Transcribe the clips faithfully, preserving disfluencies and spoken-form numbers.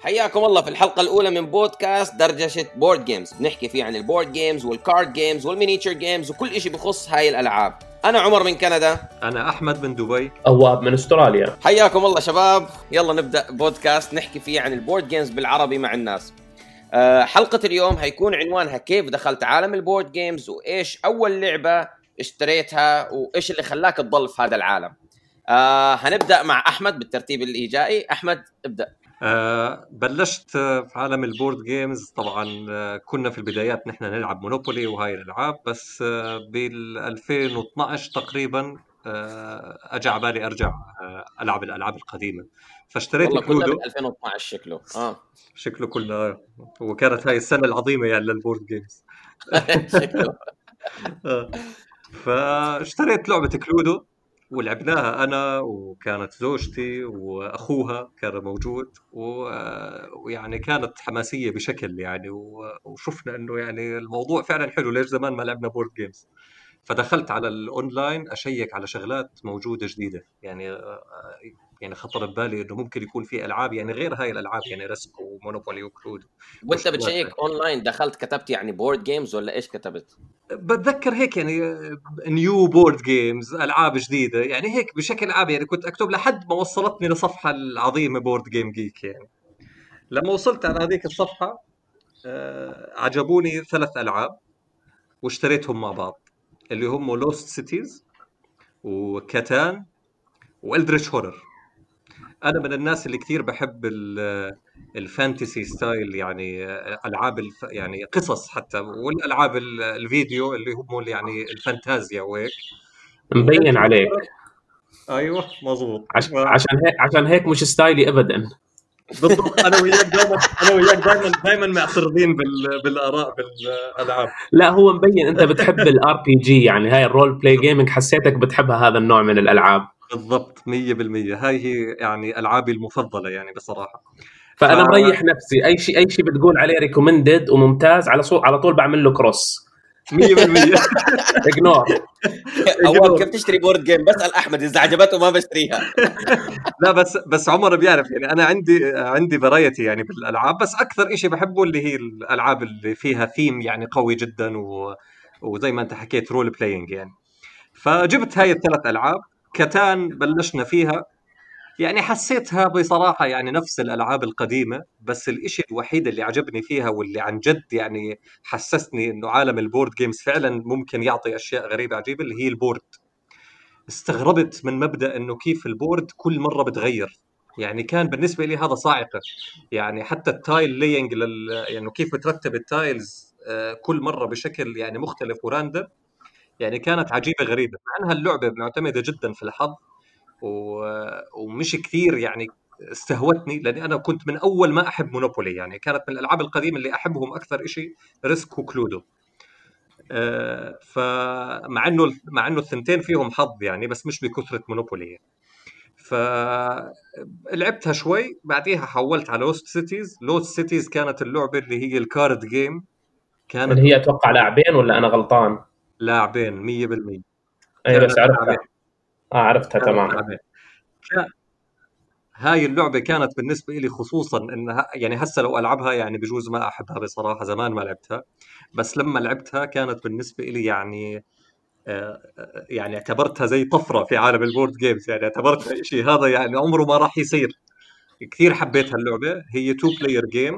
حياكم الله في الحلقة الأولى من بودكاست درجشة بورد جيمز. بنحكي فيه عن البورد جيمز والكارد جيمز والمينيتشر جيمز وكل إشي بخص هاي الألعاب. أنا عمر من كندا. أنا أحمد من دبي. أواب من أستراليا. حياكم الله شباب. يلا نبدأ بودكاست نحكي فيه عن البورد جيمز بالعربي مع الناس. أه حلقة اليوم هيكون عنوانها كيف دخلت عالم البورد جيمز وإيش أول لعبة اشتريتها وإيش اللي خلاك تضل في هذا العالم. أه هنبدأ مع أحمد بالترتيب الإيجائي. أحمد ابدأ. أه بلشت في عالم البورد جيمز طبعا. أه كنا في البدايات نحن نلعب مونوبولي وهاي الألعاب، بس أه بال ألفين واثناشر تقريبا أه أجى على بالي أرجع أه ألعب الألعاب القديمة، فاشتريت والله كلنا كلودو. بال ألفين واثناشر شكله اه شكله كلنا، وكانت هاي السنة العظيمة يعني للبورد جيمز. شكله أه فاشتريت لعبة كلودو ولعبناها أنا وكانت زوجتي وأخوها كان موجود، ويعني كانت حماسية بشكل يعني، وشفنا إنه يعني الموضوع فعلا حلو. ليش زمان ما لعبنا بورد جيمز؟ فدخلت على الأونلاين أشيك على شغلات موجودة جديدة يعني. يعني خطر ببالي إنه ممكن يكون في ألعاب يعني غير هاي الألعاب، يعني ريسك ومونوبولي وكلودو. وانت بتشيك اونلاين دخلت كتبت يعني بورد جيمز ولا ايش كتبت؟ بتذكر هيك يعني نيو بورد جيمز، ألعاب جديدة يعني هيك بشكل عام. يعني كنت أكتب لحد ما وصلتني لصفحة العظيمة بورد جيم جيك. يعني لما وصلت على هذيك الصفحة آه عجبوني ثلاث ألعاب واشتريتهم مع بعض، اللي هم لوست سيتيز وكاتان وإلدريتش هورر. أنا من الناس اللي كثير بحب الفانتسي ستايل، يعني ألعاب الف... يعني قصص حتى، والألعاب الفيديو اللي هم يعني الفانتازيا وهيك. مبين عليك. ايوه مظبوط. عش... عشان هيك عشان هيك مش ستايلي ابدا. بالضبط. انا وياك دائما انا وياك دائما دائما معترضين بال... بالاراء بالالعاب. لا هو مبين انت بتحب الار بي جي، يعني هاي الرول بلاي جيمنج، حسيتك بتحبها هذا النوع من الالعاب. بالضبط مية بالمية. هاي هي يعني العابي المفضله يعني بصراحه. فانا ف... مريح نفسي، اي شيء اي شيء بتقول عليه ريكومندد وممتاز على طول على طول بعمل له كروس مية بالمية. اجنور. اول كيف تشتري بورد جيم بسال احمد اذا عجبته ما بشتريها. لا بس بس عمر بيعرف يعني انا عندي عندي فرايتي يعني بالالعاب، بس اكثر إشي بحبه اللي هي الالعاب اللي فيها ثيم يعني قوي جدا، و... وزي ما انت حكيت رول بلاينج يعني. فجبت هاي الثلاث العاب. كاتان بلشنا فيها، يعني حسيتها بصراحة يعني نفس الألعاب القديمة، بس الإشي الوحيد اللي عجبني فيها واللي عن جد يعني حسسني إنه عالم البورد جيمز فعلا ممكن يعطي أشياء غريبة عجيبة، اللي هي البورد. استغربت من مبدأ إنه كيف البورد كل مرة بتغير. يعني كان بالنسبة لي هذا صاعقة. يعني حتى التايل لينج لل... يعني كيف بترتب التايلز كل مرة بشكل يعني مختلف وراندم. يعني كانت عجيبة غريبة، مع أنها اللعبة معتمدة جدا في الحظ و... ومش كثير يعني استهوتني، لاني انا كنت من اول ما احب مونوبولي. يعني كانت من الالعاب القديمه اللي احبهم اكثر شيء ريسك وكلودو. أه فمع انه مع انه الثنتين فيهم حظ يعني، بس مش بكثره مونوبولي. فلعبتها شوي، بعديها حولت على لوست سيتيز. لوست سيتيز كانت اللعبه اللي هي الكارد جيم، كانت اللي هي اتوقع لاعبين ولا انا غلطان؟ لاعبين مية بالمية. اي بس عرفتها. اه عرفتها تمام. هاي اللعبة كانت بالنسبة لي خصوصا انها يعني هسه لو العبها يعني بجوز ما احبها بصراحة، زمان ما لعبتها، بس لما لعبتها كانت بالنسبة لي يعني آه يعني اعتبرتها زي طفرة في عالم البورد جيمز. يعني اعتبرتها شيء هذا يعني عمره ما راح يصير. كثير حبيت هاللعبة. هي تو بلاير جيم،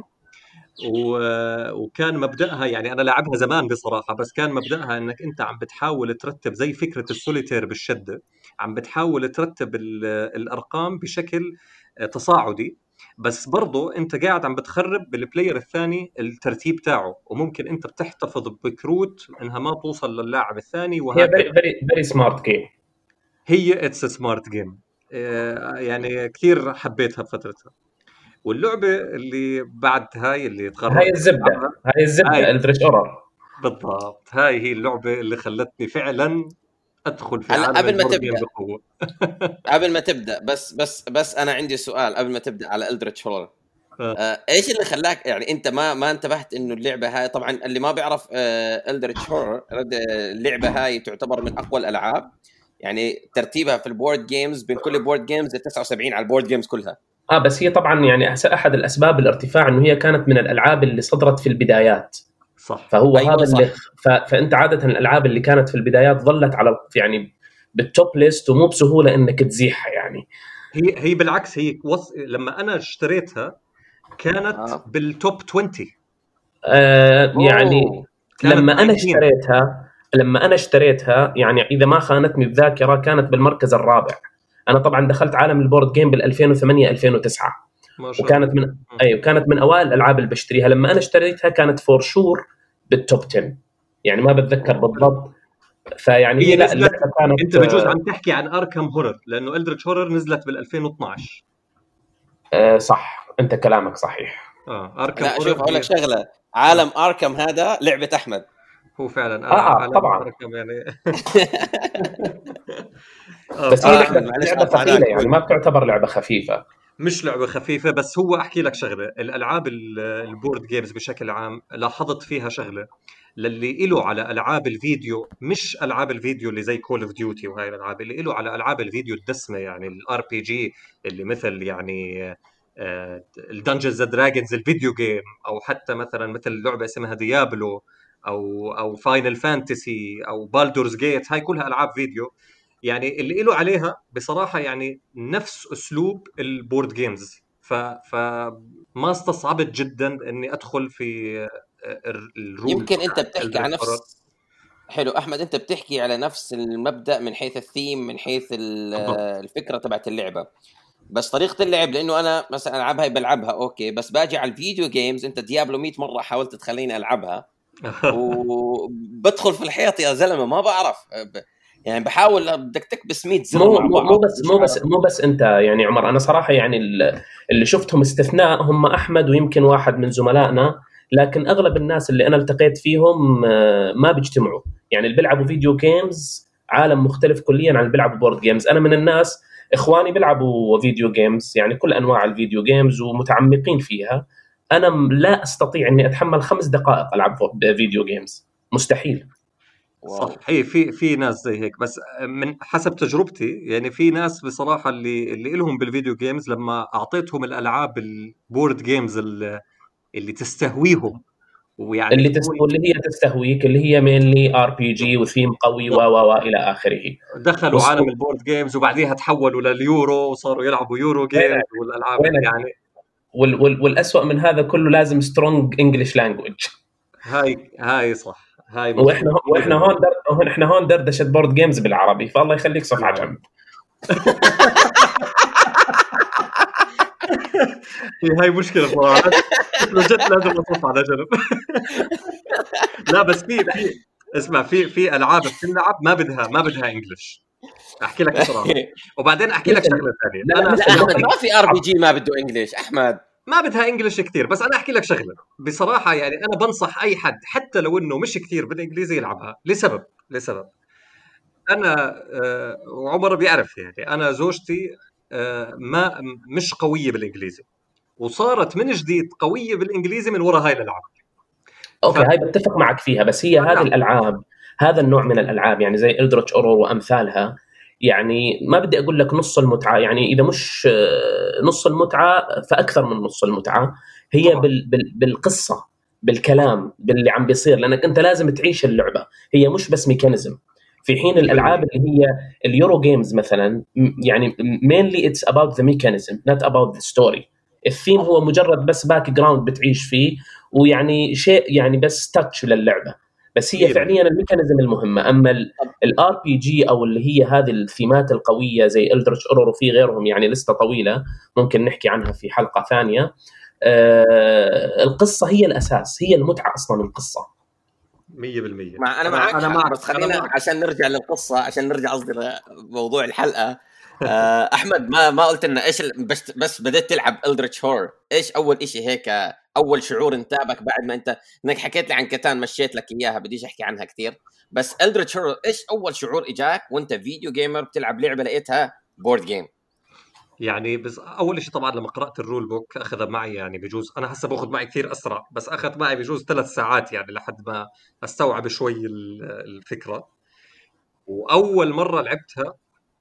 وكان مبدأها يعني أنا لعبها زمان بصراحة، بس كان مبدأها أنك أنت عم بتحاول ترتب زي فكرة السوليتير بالشدة، عم بتحاول ترتب الأرقام بشكل تصاعدي، بس برضو أنت قاعد عم بتخرب بالبلاير الثاني الترتيب تاعه، وممكن أنت بتحتفظ بكروت إنها ما توصل للاعب الثاني وهكذا. هي very very smart game. هي اتس سمارت جيم يعني كثير حبيتها بفترتها. واللعبة اللي بعد هاي اللي تقررت هاي الزبدة هاي الزبدة إلدريتش هورر. بالضبط. هاي هي اللعبة اللي خلتني فعلا أدخل في هلا عالم قبل ما البورد تبدا جيم بقوة. قبل ما تبدا بس بس بس انا عندي سؤال قبل ما تبدا على إلدريتش هورر. آه، ايش اللي خلاك يعني انت ما ما انتبهت انه اللعبه هاي، طبعا اللي ما بيعرف آه إلدريتش هورر، اللعبه هاي تعتبر من اقوى الالعاب، يعني ترتيبها في البورد جيمز بين كل بورد جيمز تسعة وسبعين على البورد جيمز كلها. اه بس هي طبعا يعني أحس- احد الاسباب الارتفاع انه هي كانت من الالعاب اللي صدرت في البدايات، صح فهو ايوه هذا صح. اللي ف... فانت عاده الالعاب اللي كانت في البدايات ظلت على يعني بالتوب ليست، ومو بسهوله انك تزيحها يعني. هي هي بالعكس، هي وص... لما انا اشتريتها كانت اه بالتوب عشرين. آه يعني اوه كانت لما انا تسعة عشر. اشتريتها لما انا اشتريتها يعني اذا ما خانتني الذاكره كانت بالمركز الرابع. انا طبعا دخلت عالم البورد جيم بال ألفين وثمانية ألفين وتسعة، ما شاء الله. وكانت من مم. ايوه كانت من اوائل الالعاب اللي بشتريها. لما انا اشتريتها كانت فور شور بالتوب عشرة، يعني ما بتذكر اوه بالضبط. فيعني هي هي لا نزلت، اللعبه كانت انت بجوز عم تحكي عن اركام هورر، لانه إلدريتش هورر نزلت بال ألفين واثناشر. آه صح، انت كلامك صحيح. اه اركام لا شوف هورر اقول لك هي. شغله، آه. عالم اركم هذا لعبه احمد. هو فعلا اه آه اه على طبعا. اركام يعني. اه بس هي اه بصراحه احمد لعبه معلش لعبه قاطعناك، ثقيله يعني، قول. ما بتعتبر لعبه خفيفه. مش لعبة خفيفة، بس هو أحكي لك شغلة. الألعاب ال- البورد جيمز بشكل عام لاحظت فيها شغلة، للي إله على ألعاب الفيديو، مش ألعاب الفيديو اللي زي كول اوف ديوتي وهاي الألعاب، اللي إله على ألعاب الفيديو الدسمة، يعني الار بي جي، اللي مثل يعني الدنجنز اند دراجونز الفيديو جيم، أو حتى مثلا مثل لعبة اسمها ديابلو، أو أو فاينل فانتسي، أو بالدورز جيت. هاي كلها ألعاب فيديو، يعني اللي له عليها بصراحة يعني نفس أسلوب البورد جيمز. ف فما استصعبت جدا إني أدخل في ال- الرول يمكن انت تبعت بتحكي عن إلدريتش هورر. نفس، حلو احمد، انت بتحكي على نفس المبدأ من حيث الثيم، من حيث ال- بالضبط. الفكره تبعت اللعبه، بس طريقه اللعب، لانه انا مثلا العبها هاي بلعبها اوكي، بس باجي على الفيديو جيمز انت ديابلو مية مره حاولت تخليني العبها وبدخل في الحيط يا زلمه، ما بعرف ب- يعني بحاول بدك تكبس مية زر مو مع مو مو بعض بس مش مو عارف. بس مو بس انت يعني عمر. انا صراحه يعني ال- اللي شفتهم استثناء هم احمد ويمكن واحد من زملائنا، لكن اغلب الناس اللي انا التقيت فيهم آه، ما بيجتمعوا. يعني اللي بيلعبوا فيديو جيمز عالم مختلف كليا عن اللي بيلعبوا بورد جيمز. انا من الناس اخواني بيلعبوا فيديو جيمز، يعني كل انواع الفيديو جيمز ومتعمقين فيها. انا م- لا استطيع اني اتحمل خمس دقائق العب فيديو جيمز، مستحيل. واو. صح، هي في في ناس زي هيك، بس من حسب تجربتي يعني في ناس بصراحة اللي اللي إلهم بالفيديو جيمز، لما أعطيتهم الألعاب البورد جيمز اللي, اللي تستهويهم، ويعني اللي تست... تكون واللي هي تستهويك، اللي هي مينلي ار بي جي وثيم قوي و بالضبط، و و الى اخره. دخلوا وص... عالم البورد جيمز وبعديها تحولوا لليورو وصاروا يلعبوا يورو جيمز وينك والالعاب اللي وينك يعني. وال... وال... والاسوء من هذا كله لازم سترونج انجلش لانجويج. هاي هاي صح، هاي واحنا مزبوط واحنا هون مية بالمية. در... هون احنا هون دردشه بورد جيمز بالعربي، فالله يخليك صف على بالعربي. جنب. هي هاي مشكلة صراحة، شكله جد لازم اصف على جنب. لا بس في في اسمع، في في العاب بتنلعب ما بدها ما بدها انجلش، احكي لك بصراحة. وبعدين احكي لك مثل شغلة ثانية. لا لا انا لا مثل احمد مثل ما في ار بي عب- جي ما بده انجليش احمد. ما بدها انجلش كثير، بس انا احكي لك شغله بصراحه، يعني انا بنصح اي حد حتى لو انه مش كثير بالانجليزي يلعبها، لسبب لسبب انا آه، وعمر بيعرف، يعني انا زوجتي آه، ما مش قويه بالانجليزي، وصارت من جديد قويه بالانجليزي من وراء هاي الالعاب. ف اوكي هاي بتفق معك فيها، بس هي هذه نعم. الالعاب، هذا النوع من الالعاب يعني زي إلدرتش اورور وامثالها، يعني ما بدي اقول لك نص المتعه، يعني اذا مش آه، نص المتعه فاكثر من نص المتعه هي طبعا بال بال بالقصه، بالكلام، باللي عم بيصير، لانك انت لازم تعيش اللعبه. هي مش بس ميكانيزم. في حين الالعاب مية بالمية. اللي هي اليورو جيمز مثلا م- يعني mainly it's about the mechanism not about the story. الثيم صح. هو مجرد بس باك جراوند بتعيش فيه، ويعني شيء يعني بس تاتش للعبه، بس هي مية بالمية. فعليا الميكانيزم المهمه. اما طب الار بي جي او اللي هي هذه الثيمات القويه زي إلدرتش اورور وفي غيرهم يعني لسته طويله ممكن نحكي عنها في حلقه ثانيه. آه القصه هي الاساس، هي المتعه اصلا القصه. مية بالمية. مع انا انا معك انا حق، معك بس انا خلينا معك. عشان نرجع للقصه، عشان نرجع قصدي لموضوع الحلقه. آه، احمد ما ما قلت لنا ايش ال- بس بس بديت تلعب إلدريتش هور، ايش اول إشي هيك، اول شعور انتابك بعد ما انت انك حكيت لي عن كتان مشيت لك اياها، بديش احكي عنها كثير، بس إلدريتش هور ايش اول شعور اجاك وانت فيديو جيمر بتلعب لعبه لقيتها بورد جيم؟ يعني بس اول شيء طبعا لما قرات الرول بوك اخذ معي، يعني بجوز انا هسه باخذ معي كثير اسرع، بس اخذ معي بجوز ثلاث ساعات يعني لحد ما استوعب شوي ال- الفكره. واول مره لعبتها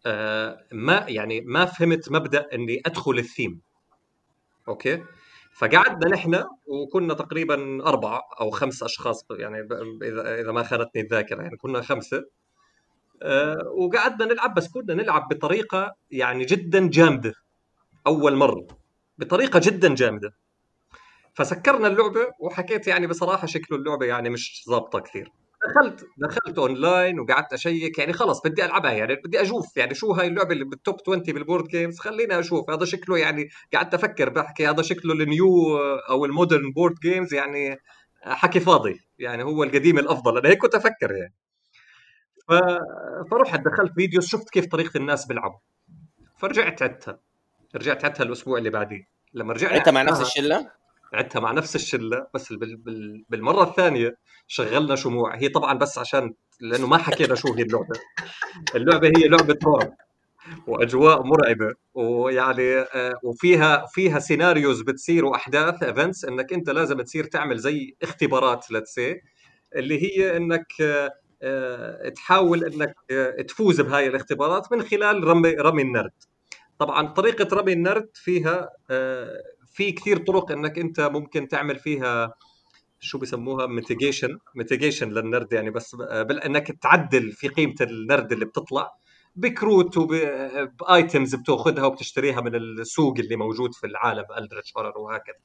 آه ما يعني ما فهمت مبدأ اني ادخل الثيم. اوكي، فقعدنا نحن وكنا تقريبا اربعه او خمس اشخاص، يعني اذا اذا ما خانتني الذاكره، يعني كنا خمسه. أه وقعدنا نلعب، بس كنا نلعب بطريقه يعني جدا جامده اول مره، بطريقه جدا جامده. فسكرنا اللعبه وحكيت يعني بصراحه شكله اللعبه يعني مش ظابطه كثير. دخلت دخلت اونلاين وقعدت اشيك، يعني خلص بدي العبها، يعني بدي اشوف يعني شو هاي اللعبه اللي بالتوب عشرين بالبورد جيمز، خليني اشوف هذا شكله. يعني قعدت افكر بحكي هذا شكله النيو او المودرن بورد جيمز، يعني حكي فاضي، يعني هو القديم الافضل، انا هيك كنت افكر يعني. ف... فرحت دخلت فيديوز، شفت كيف طريقه الناس بيلعبوا، فرجعت عدتها رجعت عدتها الاسبوع اللي بعديه. لما رجعنا انت مع نفس عدناها، الشله؟ عدتها مع نفس الشله، بس بال... بال... بالمره الثانيه شغلنا شموع. هي طبعا بس عشان لانه ما حكينا شو هي اللعبه. اللعبه هي لعبه رعب واجواء مرعبه، ويعني آه، وفيها فيها سيناريوز بتصير واحداث ايفنتس، انك انت لازم تصير تعمل زي اختبارات لتسي، اللي هي انك آه، آه، تحاول انك آه، تفوز بهاي الاختبارات من خلال رمي رمي النرد. طبعا طريقه رمي النرد فيها آه، في كثير طرق انك انت ممكن تعمل فيها شو بسموها ميتيجيشن ميتيجيشن للنرد، يعني بس انك تعدل في قيمه النرد اللي بتطلع بكروت وبايتمز بتاخذها وبتشتريها من السوق اللي موجود في العالم Eldritch Horror وهكذا.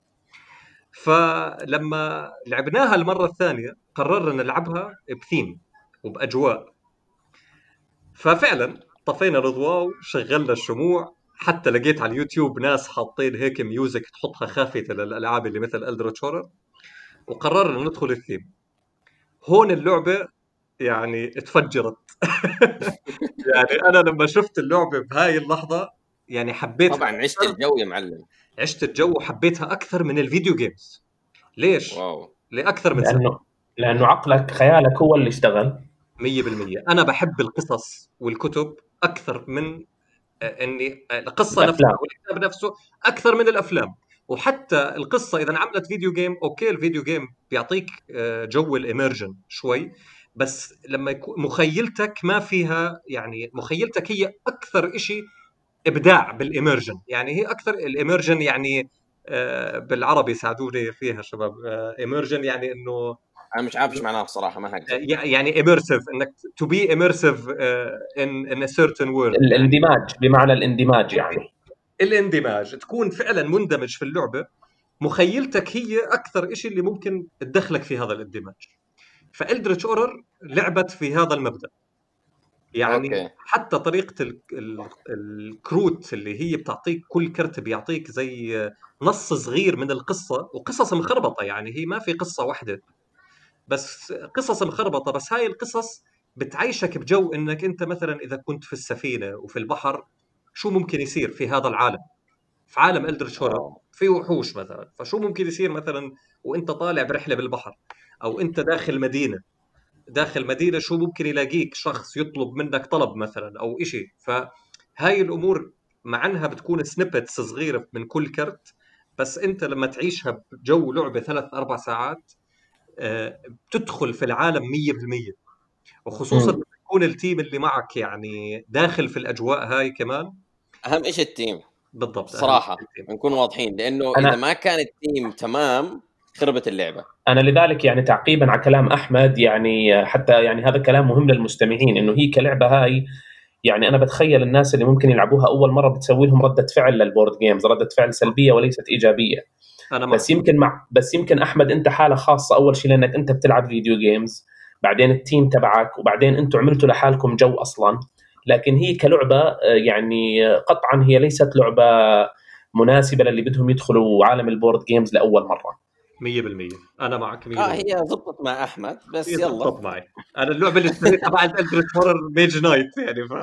فلما لعبناها المره الثانيه قررنا نلعبها بثيم وباجواء. ففعلا طفينا الاضواء وشغلنا الشموع، حتى لقيت على اليوتيوب ناس حاطين هيك ميوزك تحطها خافتة للألعاب اللي مثل Eldritch Horror، وقررنا ندخل الثيم. هون اللعبة يعني اتفجرت. يعني أنا لما شفت اللعبة بهاي اللحظة يعني حبيتها. طبعا عشت الجو يا معلم. عشت الجو وحبيتها أكثر من الفيديو جيمز. ليش؟ واو. لأكثر من سبب. لانه لانه عقلك خيالك هو اللي اشتغل. مية بالمية أنا بحب القصص والكتب أكثر من اني القصه نفسها الأفلام. والكتاب نفسه اكثر من الافلام. وحتى القصه اذا انعملت فيديو جيم، اوكي الفيديو جيم بيعطيك آه، جو الاميرجن شوي، بس لما يكون مخيلتك ما فيها، يعني مخيلتك هي اكثر إشي ابداع بالاميرجن. يعني هي اكثر الاميرجن، يعني آه، بالعربي ساعدوني فيها شباب. اميرجن يعني انه انا مش عارف ايش معناها بصراحه، ما هكذا. يعني immersive، انك to be immersive uh, in in a certain world. الاندماج، بمعنى الاندماج يعني الاندماج، تكون فعلا مندمج في اللعبة. مخيلتك هي أكثر إشي اللي ممكن تدخلك في هذا الاندماج. فإلدريتش أورر لعبت في هذا المبدأ. يعني أوكي. حتى طريقة ال ال الكروت اللي هي بتعطيك، كل كرت بيعطيك زي نص صغير من القصة، وقصص مخربطة، يعني هي ما في قصة واحدة بس قصص مخربطة. بس هاي القصص بتعيشك بجو انك انت مثلا اذا كنت في السفينة وفي البحر، شو ممكن يصير في هذا العالم، في عالم Eldritch Horror في وحوش مثلا، فشو ممكن يصير مثلا وانت طالع برحلة بالبحر، او انت داخل مدينة داخل مدينة شو ممكن يلاقيك شخص يطلب منك طلب مثلا او اشي. فهاي الامور مع انها بتكون سنيبتس صغيرة من كل كرت، بس انت لما تعيشها بجو لعبة ثلاث اربع ساعات بتدخل في العالم مية بالمية. وخصوصا لما يكون التيم اللي معك يعني داخل في الاجواء هاي كمان. اهم شيء التيم بالضبط صراحه، نكون واضحين، لانه اذا ما كان التيم تمام خربت اللعبه. انا لذلك يعني تعقيبا على كلام احمد، يعني حتى يعني هذا كلام مهم للمستمعين، انه هي كلعبه هاي يعني انا بتخيل الناس اللي ممكن يلعبوها اول مره بتسوي لهم رده فعل للبورد جيمز، رده فعل سلبيه وليست ايجابيه. أنا بس يمكن مع بس يمكن احمد انت حاله خاصه، اول شيء لانك انت بتلعب فيديو جيمز، بعدين التيم تبعك، وبعدين انتم عملتوا لحالكم جو اصلا. لكن هي كلعبه يعني قطعا هي ليست لعبه مناسبه للي بدهم يدخلوا عالم البورد جيمز لاول مره. مية بالمية انا معك مية بالمية. اه هي ضبطت مع احمد، بس هي يلا ضبطت معي. انا اللعبه اللي اشتريتها بعد Eldritch Horror ميج نايت يعني ف...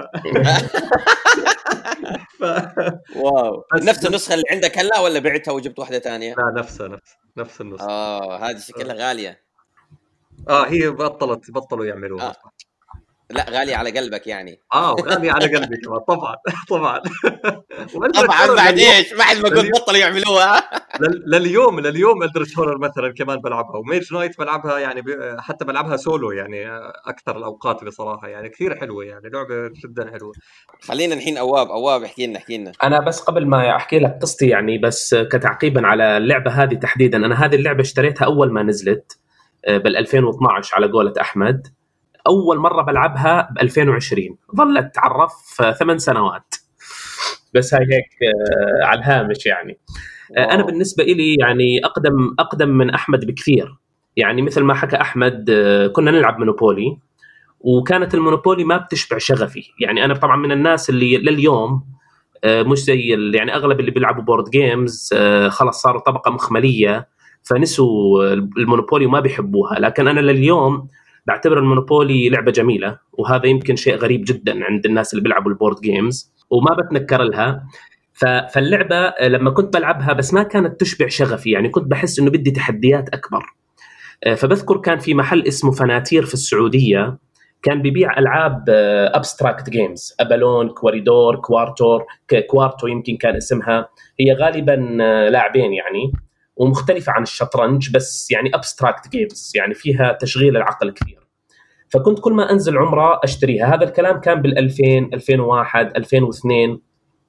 ف... واو نفس النسخه اللي عندك هلا ولا بعتها وجبت واحده ثانيه؟ لا نفسها نفس نفس النسخه. اه هذه شكلها غاليه. اه هي بطلت بطلوا يعملوها. آه. لا غالي على قلبك يعني. اه غالي على قلبي كمان طبعا طبعا. طبعا بعد ايش بعد ما قلت بطلوا يعملوها. لليوم لليوم إلدرش هورر مثلا كمان بلعبها، وميج نايت بلعبها يعني حتى بلعبها سولو يعني اكثر الاوقات بصراحه، يعني كثير حلوه، يعني لعبه جدا حلوه. خلينا الحين اواب اواب احكي لنا احكي لنا. انا بس قبل ما احكي لك قصتي يعني، بس كتعقيبا على اللعبه هذه تحديدا، انا هذه اللعبه اشتريتها اول ما نزلت بال ألفين واثناشر على قولة احمد. اول مره بلعبها ب ألفين وعشرين، ظلت تعرف ثمان سنوات بس هاي هيك على الهامش يعني. واو. انا بالنسبه لي يعني اقدم اقدم من احمد بكثير، يعني مثل ما حكى احمد كنا نلعب مونوبولي، وكانت المونوبولي ما بتشبع شغفي. يعني انا طبعا من الناس اللي لليوم مش زي يعني اغلب اللي بيلعبوا بورد جيمز خلاص صاروا طبقه مخمليه فنسوا المونوبولي وما بيحبوها، لكن انا لليوم بعتبر المونوبولي لعبه جميله، وهذا يمكن شيء غريب جدا عند الناس اللي بيلعبوا البورد جيمز وما بتنكر لها. فاللعبه لما كنت بلعبها بس ما كانت تشبع شغفي، يعني كنت بحس انه بدي تحديات اكبر. فبذكر كان في محل اسمه فناتير في السعوديه كان بيبيع العاب ابستراكت جيمز، ابالون، كواريدور، كوارتور كوارتو يمكن كان اسمها، هي غالبا لاعبين يعني ومختلفه عن الشطرنج، بس يعني ابستراكت جيمز يعني فيها تشغيل العقل كثير. فكنت كل ما انزل عمره اشتريها. هذا الكلام كان بالألفين ألفين وواحد ألفين واثنين.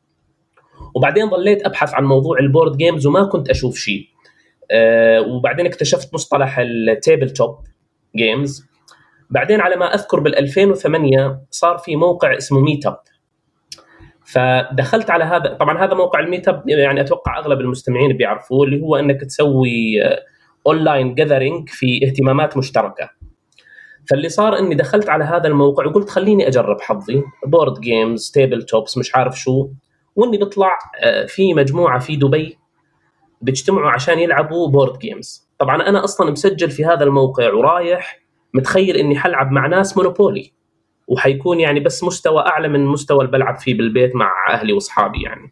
وبعدين ضليت ابحث عن موضوع البورد جيمز وما كنت اشوف شيء. أه وبعدين اكتشفت مصطلح التيبل توب جيمز. بعدين على ما اذكر بالألفين وثمانية صار في موقع اسمه ميت اب، فدخلت على هذا. طبعا هذا موقع الميت اب يعني اتوقع اغلب المستمعين بيعرفوه، اللي هو انك تسوي اونلاين جاذرينج في اهتمامات مشتركه. فاللي صار اني دخلت على هذا الموقع وقلت خليني اجرب حظي، بورد جيمز، تيبل توبس، مش عارف شو، واني بيطلع في مجموعه في دبي بيجتمعوا عشان يلعبوا بورد جيمز. طبعا انا اصلا مسجل في هذا الموقع ورايح متخيل اني حلعب مع ناس مونوبولي، وحيكون يعني بس مستوى اعلى من مستوى اللي بلعب فيه بالبيت مع اهلي واصحابي يعني.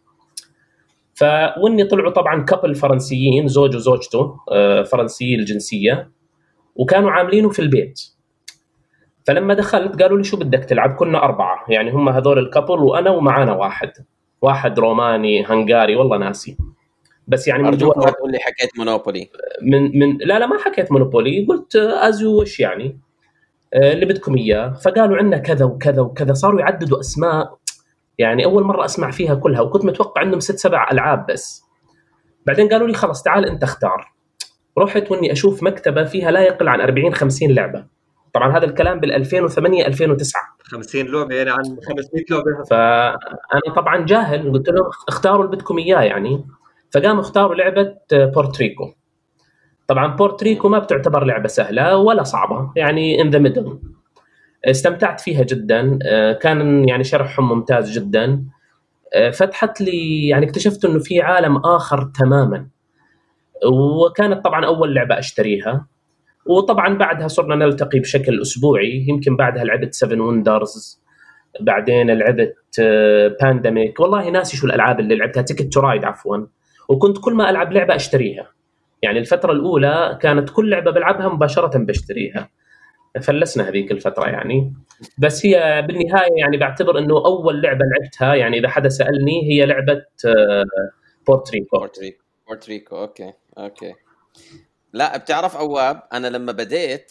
فواني طلعوا طبعا كابل فرنسيين، زوج وزوجته فرنسيي الجنسيه، وكانوا عاملينه في البيت. فلما دخلت قالوا لي شو بدك تلعب؟ كنا أربعة يعني، هم هذول الكابل وأنا ومعانا واحد واحد روماني هنغاري والله ناسي، بس يعني من دول. ما تقول لي حكيت مونوبولي من من لا لا ما حكيت مونوبولي، قلت أزو وش يعني اللي بدكم إياه. فقالوا عندنا كذا وكذا وكذا، صاروا يعددوا أسماء يعني أول مرة أسمع فيها كلها، وكنت متوقع عندهم ست سبع ألعاب بس. بعدين قالوا لي خلاص تعال أنت اختار. رحت وإني أشوف مكتبة فيها لا يقل عن أربعين خمسين لعبة. طبعا هذا الكلام بال2008 ألفين وتسعة، خمسين لعبه يعني عن خمسمية لعبه. فانا طبعا جاهل قلت لهم اختاروا اللي بدكم اياه يعني. فقاموا اختاروا لعبه بورتريكو. طبعا بورتريكو ما بتعتبر لعبه سهله ولا صعبه يعني ان ذا ميدل. استمتعت فيها جدا، كان يعني شرحهم ممتاز جدا. فتحت لي يعني اكتشفت انه في عالم اخر تماما، وكانت طبعا اول لعبه اشتريها. وطبعا بعدها صرنا نلتقي بشكل أسبوعي، يمكن بعدها لعبت سفن وندرز، بعدين لعبت بانديميك، والله ناسي شو الألعاب اللي لعبتها، تيكت تو رايد عفوا. وكنت كل ما ألعب لعبة أشتريها يعني. الفترة الأولى كانت كل لعبة بلعبها مباشرة بشتريها، فلسنا هذيك الفترة يعني. بس هي بالنهاية يعني بعتبر أنه أول لعبة لعبتها يعني إذا حدا سألني هي لعبة بورتريكو. بورتريكو بورتريكو أوكي أوكي. لا بتعرف أواب، أنا لما بديت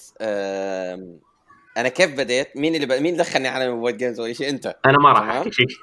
أنا كيف بديت؟ مين اللي ب... مين دخلني على بورد جيمز ولا شيء؟ أنت. أنا ما راح أحكي شيء.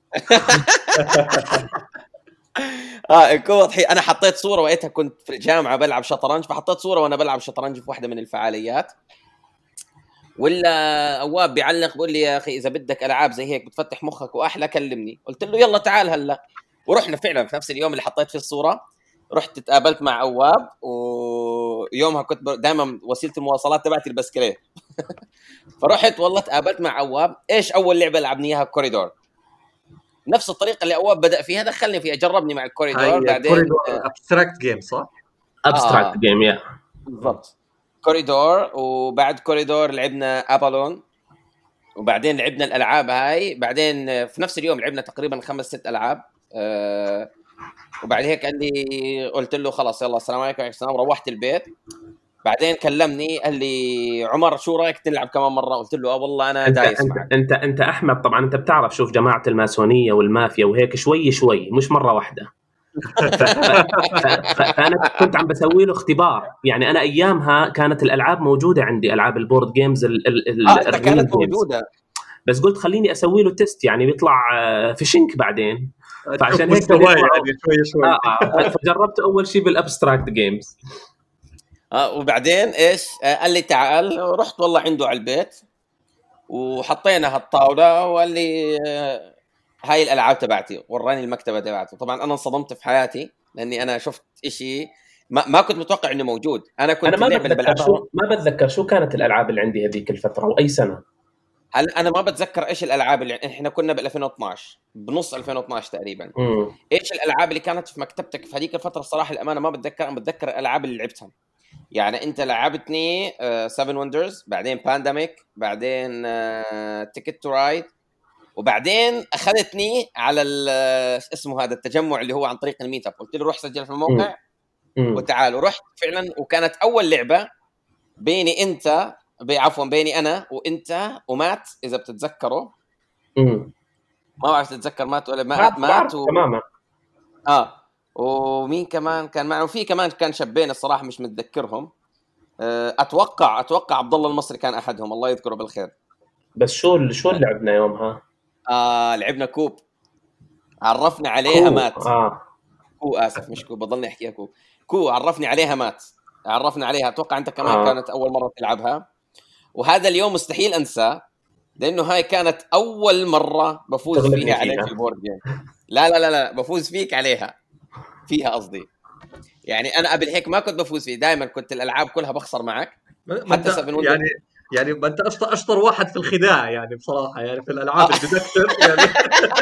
اه يكون واضح. أنا حطيت صورة وقتها كنت في الجامعة بلعب شطرنج، فحطيت صورة وأنا بلعب شطرنج في واحدة من الفعاليات. ولا أواب بيعلق بقول لي يا أخي إذا بدك ألعاب زي هيك بتفتح مخك وأحلى كلمني. قلت له يلا تعال هلا. ورحنا فعلا في نفس اليوم اللي حطيت فيه الصورة، رحت تقابلت مع أواب، ويومها كنت دائما وسيلة المواصلات تبعتي البسكليت. فرحت والله تقابلت مع أواب. إيش أول لعبة لعبني إياها؟ كوريدور. نفس الطريقة اللي أواب بدأ فيها دخلني فيها، جربني مع الكوريدور. بعدين كوريدور أبستراكت جيم صح؟ أبستراكت جيم يا بالضبط كوريدور. وبعد كوريدور لعبنا أبالون، وبعدين لعبنا الألعاب هاي. بعدين في نفس اليوم لعبنا تقريبا خمس ست ألعاب. أه وبعد هيك قال لي، قلت له خلاص يلا السلام عليكم السلام، وروحت البيت. بعدين كلمني قال لي عمر شو رايك تلعب كمان مره؟ قلت له اه والله انا انت دايس انت معك. انت انت احمد طبعا انت بتعرف شوف جماعه الماسونيه والمافيا وهيك شوي شوي مش مره واحده. ف... ف... ف... فانا كنت عم بسوي له اختبار. يعني انا ايامها كانت الالعاب موجوده عندي، العاب البورد جيمز ال... ال... اه انت الريل كانت جيمز. موجوده، بس قلت خليني اسوي له تيست يعني بيطلع آه، في شنك بعدين. تشوف فعشان هيك مستواه بديت معه. يعني شوي شوي. اه اه فجربت اول شيء بالابستراكت جيمز. اه وبعدين ايش آه قال لي تعال. رحت والله عنده على البيت وحطينا هالطاوله وقال لي آه هاي الالعاب تبعتي، وراني المكتبه تبعته. طبعا انا انصدمت في حياتي لاني انا شفت إشي ما, ما كنت متوقع انه موجود. انا كنت انا ما اللعبه اللي بتذكر بلعبها شو ما بتذكر شو كانت الالعاب اللي عندي هذيك الفتره واي سنه. هل انا ما بتذكر ايش الالعاب اللي احنا كنا ب ألفين واثناشر بنص ألفين واثناشر تقريبا. امم ايش الالعاب اللي كانت في مكتبتك في هذيك الفتره؟ الصراحه الامانه ما بتذكر. انا بتذكر الالعاب اللي لعبتها. يعني انت لعبتني سفن وندرز، بعدين بانديميك، بعدين تيكت تو رايد، وبعدين اخذتني على اسمه هذا التجمع اللي هو عن طريق الميت اب. قلت له روح سجل في الموقع امم وتعال. ورحت فعلا وكانت اول لعبه بيني انت عفوا بيني انا وانت ومات اذا بتتذكروا. امم ما بعرف تتذكر مات ولا ما مات و... تماما. اه ومين كمان كان معه؟ في كمان كان شابين الصراحه مش متذكرهم. اتوقع اتوقع عبد الله المصري كان احدهم، الله يذكره بالخير. بس شو شو اللي لعبنا يومها؟ آه لعبنا كوب، عرفنا عليها مات. اه كو اسف مش كو، بضلني احكيها كو. كو عرفني عليها مات، عرفنا عليها. اتوقع انت كمان آه. كانت اول مره تلعبها. وهذا اليوم مستحيل انساه لانه هاي كانت اول مره بفوز فيها عليك في البورد جيم. لا لا لا لا بفوز فيك عليها فيها قصدي. يعني انا قبل هيك ما كنت بفوز فيه، دائما كنت الالعاب كلها بخسر معك. حتى يعني يعني ما انت اشطر اشطر واحد في الخداع يعني بصراحه، يعني في الالعاب الديدكتر يعني.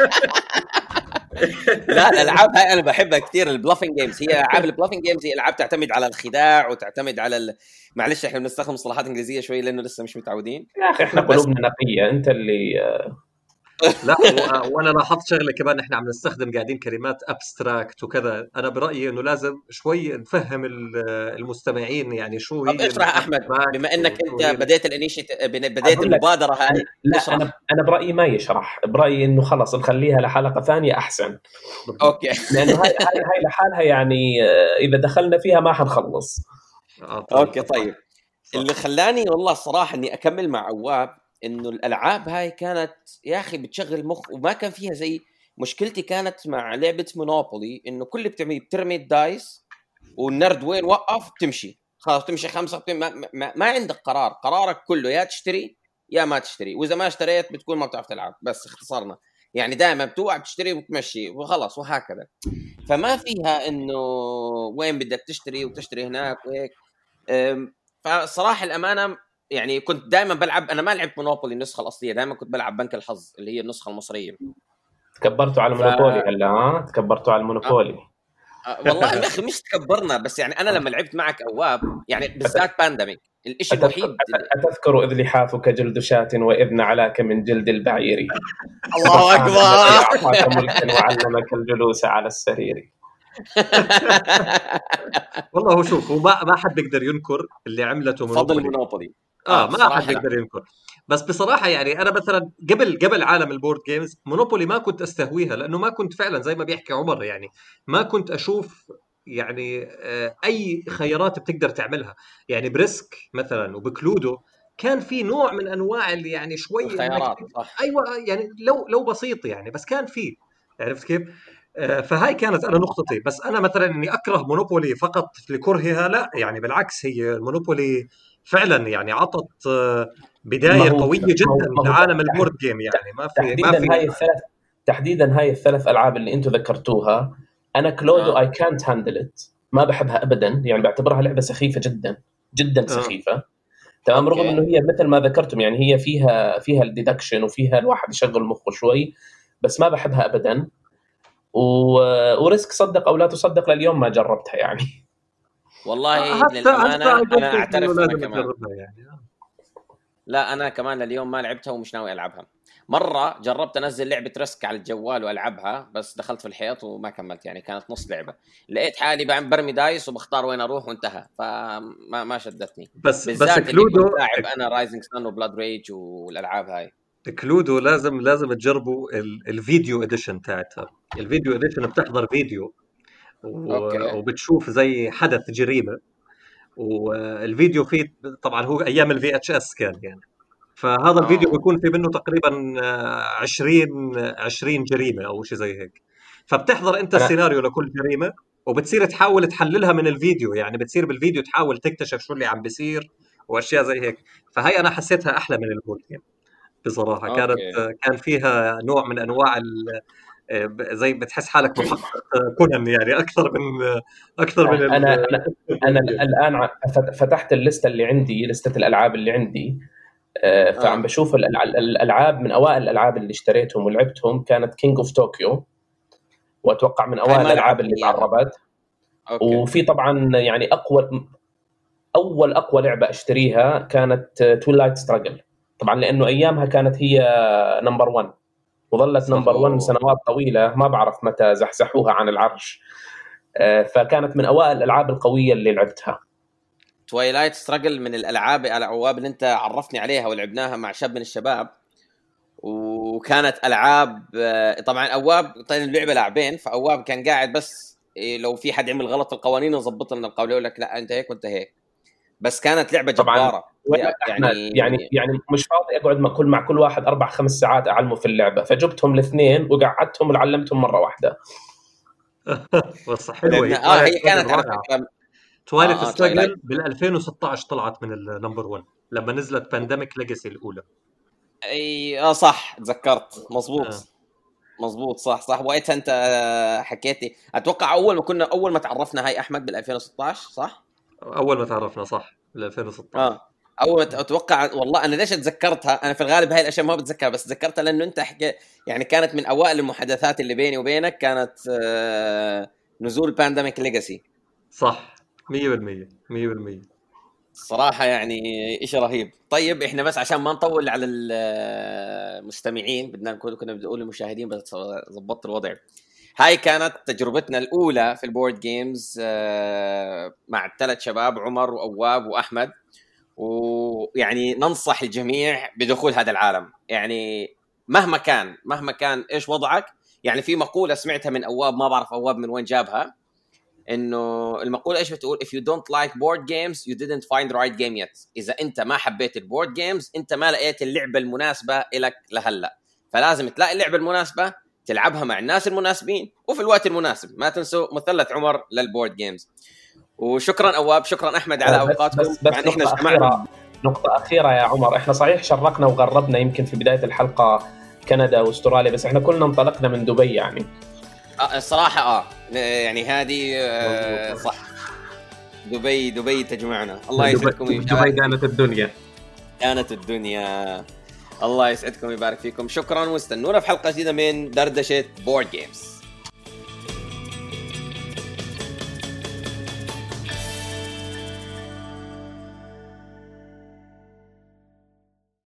لا الالعاب هاي انا بحبها كثير. البلافينج جيمز هي العاب البلافينج جيمز هي العاب تعتمد على الخداع وتعتمد على ال... معلش احنا بنستخدم مصطلحات انجليزيه شوي لانه لسه مش متعودين يا اخي احنا قلوبنا نقيه. انت اللي لا وانا لاحظت شغله كمان، احنا عم نستخدم قاعدين كلمات ابستراكت وكذا. انا برايي انه لازم شوي نفهم المستمعين يعني شو هي. طب اشرح احمد بما انك انت بديت الانيشيت بديت المبادره هاي. لا انا انا برايي ما يشرح، برايي انه خلص نخليها لحلقه ثانيه احسن. اوكي لانه هاي هاي هاي لحالها يعني اذا دخلنا فيها ما حنخلص. اوكي طيب. اللي خلاني والله الصراحه اني اكمل مع عواب انه الالعاب هاي كانت يا اخي بتشغل مخ، وما كان فيها زي مشكلتي كانت مع لعبه مونوبولي انه كل اللي بتعمله بترمي الدايس والنرد وين وقف بتمشي خلاص تمشي خمسه ما, ما, ما عندك قرار. قرارك كله يا تشتري يا ما تشتري، واذا ما اشتريت بتكون ما بتعرف تلعب. بس اختصارنا يعني دائما بتوقع بتشتري وتمشي وخلاص وهكذا. فما فيها انه وين بدك تشتري وتشتري هناك وهيك. فصراحه الامانه يعني كنت دائما بلعب. انا ما لعبت مونوبولي النسخه الاصليه، دائما كنت بلعب بنك الحظ اللي هي النسخه المصريه. تكبرتوا على المونوبولي ف... هلا ها تكبرتوا على المونوبولي. أه. أه والله يا اخي مش تكبرنا، بس يعني انا لما لعبت معك اواب يعني بالذات بانديميك الاشي الوحيد اتذكر اذ لحافك جلد شاة واذ نعلاك من جلد البعير. الله اكبر. اعطاك ملكا وعلمك الجلوس على السرير. والله هو شوف هو ما ما حد بيقدر ينكر اللي عملته فضل مونوبولي. اه ما حد بيقدر ينكر. بس بصراحه يعني انا مثلا قبل قبل عالم البورد جيمز مونوبولي ما كنت استهويها، لانه ما كنت فعلا زي ما بيحكي عمر يعني ما كنت اشوف يعني آه اي خيارات بتقدر تعملها. يعني بريسك مثلا وبكلودو كان في نوع من انواع اللي يعني شوي خيارات ايوه يعني لو لو بسيط يعني، بس كان في عرفت كيف. فهاي كانت انا نقطتي. بس انا مثلا اني اكره مونوبولي فقط لكرهها لا، يعني بالعكس هي المونوبولي فعلا يعني عطت بدايه قويه جدا لعالم البورد جيم. يعني ما في تحديدا ما في هاي الثلاث تحديدا هاي الثلاث العاب اللي انتم ذكرتوها انا كلودو اي كانت هاندل ات، ما بحبها ابدا. يعني بعتبرها لعبه سخيفه جدا جدا سخيفه. آه. تمام. رغم انه هي مثل ما ذكرتم يعني هي فيها فيها الديدكشن وفيها الواحد يشغل مخه شوي، بس ما بحبها ابدا. وريسك صدق او لا تصدق لليوم ما جربتها يعني. والله للامانه انا اعترف انا كمان يعني. لا انا كمان اليوم ما لعبتها ومش ناوي العبها. مره جربت انزل لعبه ريسك على الجوال والعبها بس دخلت في الحيط وما كملت، يعني كانت نص لعبه، لقيت حالي بعمل برمي دايس وبختار وين اروح وانتهى، فما ما شدتني. بس بالذات بس اللي كلودو لاعب انا رايزنج سان وبلاد ريج والالعاب هاي. كلودو لازم لازم تجربوا ال- الفيديو اديشن تاعتها. الفيديو اديشن بتحضر فيديو اوكي و- وبتشوف زي حدث جريمه، والفيديو فيه طبعا هو ايام الفي اتش اس كان يعني، فهذا الفيديو اه بيكون في منه تقريبا آه، عشرين عشرين جريمه او شيء زي هيك. فبتحضر انت انا السيناريو لكل جريمه وبتصير تحاول تحللها من الفيديو، يعني بتصير بالفيديو تحاول تكتشف شو اللي عم بيصير واشياء زي هيك. فهي انا حسيتها احلى من البول جيم بصراحه. كانت اوكي كان فيها نوع من انواع ال- آه، زي بتحس حالك محقق كونان يعني، اكثر من اكثر من انا ال- انا انا البول جيم. الان ع- فت- فتحت الليسته اللي عندي، لسته الالعاب اللي عندي. آه، فعم اه بشوف الألع- الالعاب. من اوائل الالعاب اللي اشتريتهم ولعبتهم كانت كينج اوف طوكيو، واتوقع من هاي اوائل ما الالعاب لعبت اللي اياها. تعربت. اوكي وفي طبعا يعني اقوى اول اقوى لعبه اشتريها كانت تويلايت ستراجل، طبعا لانه ايامها كانت هي نمبر واحد، وظلت صح. نمبر واحد اوه سنوات طويله، ما بعرف متى زحزحوها عن العرش. آه، فكانت من اوائل الالعاب القويه اللي لعبتها. تويلايت ستراجل من الالعاب الالعاب اللي انت عرفتني عليها ولعبناها مع شاب من الشباب، وكانت العاب آه، طبعا اواب طيب اللعبه لاعبين، فاواب كان قاعد بس إيه، لو في حد عمل غلط في القوانين يظبط لنا القوانين، يقول لك لا انت هيك وانت هيك، بس كانت لعبه طبعا جباره وين احمد يعني. يعني يعني مش فاضي اقعد مع كل مع كل واحد اربع خمس ساعات اعلمه في اللعبه، فجبتهم الاثنين وقعدتهم وعلمتهم مره واحده. بس حلوه هي لعبنا اه تويلايت هي ستراجل كانت على رائعه. فكره تويلايت اه اه تويلايت ستراجل بال ألفين وستة عشر طلعت من النمبر واحد لما نزلت بانديميك ليجاسي الاولى. اي اه صح تذكرت آه. مزبوط مزبوط صح صح. وقتها انت حكيتي اتوقع اول ما كنا اول ما تعرفنا هاي احمد بال ألفين وستة عشر صح. اول ما تعرفنا صح بال ألفين وستة عشر. اه اول ما اتوقع والله انا ليش اتذكرتها، انا في الغالب هاي الاشياء ما بتذكرها بس تذكرتها لانه انت حكي يعني كانت من اوائل المحادثات اللي بيني وبينك، كانت آه نزول بانديميك ليجاسي. صح مية بالمية مية بالمية. الصراحه يعني شيء رهيب. طيب احنا بس عشان ما نطول على المستمعين بدنا نكون كنا بنقول للمشاهدين بس ضبطت الوضع. هاي كانت تجربتنا الاولى في البورد جيمز آه مع الثلاث شباب عمر واواب واحمد، ويعني ننصح الجميع بدخول هذا العالم. يعني مهما كان مهما كان ايش وضعك، يعني في مقولة سمعتها من أواب ما بعرف أواب من وين جابها، إنه المقولة إيش بتقول: if you don't like board games you didn't find the right game yet. إذا أنت ما حبيت البورد جيمز أنت ما لقيت اللعبة المناسبة إلك لهلا، فلازم تلاقي اللعبة المناسبة تلعبها مع الناس المناسبين وفي الوقت المناسب. ما تنسوا مثلث عمر للبورد جيمز. وشكرا أواب، شكرا أحمد على أوقاتكم. بس بس نقطة أخيرة نقطة أخيرة يا عمر، إحنا صحيح شرقنا وغربنا يمكن في بداية الحلقة كندا واستراليا، بس إحنا كلنا انطلقنا من دبي يعني. آه الصراحة آه يعني هذه آه صح، دبي دبي تجمعنا. الله يسعدكم. دبي كانت الدنيا كانت الدنيا. الله يسعدكم ويبارك فيكم. شكرا واستنونا في حلقة جديدة من دردشة بورد جيمز.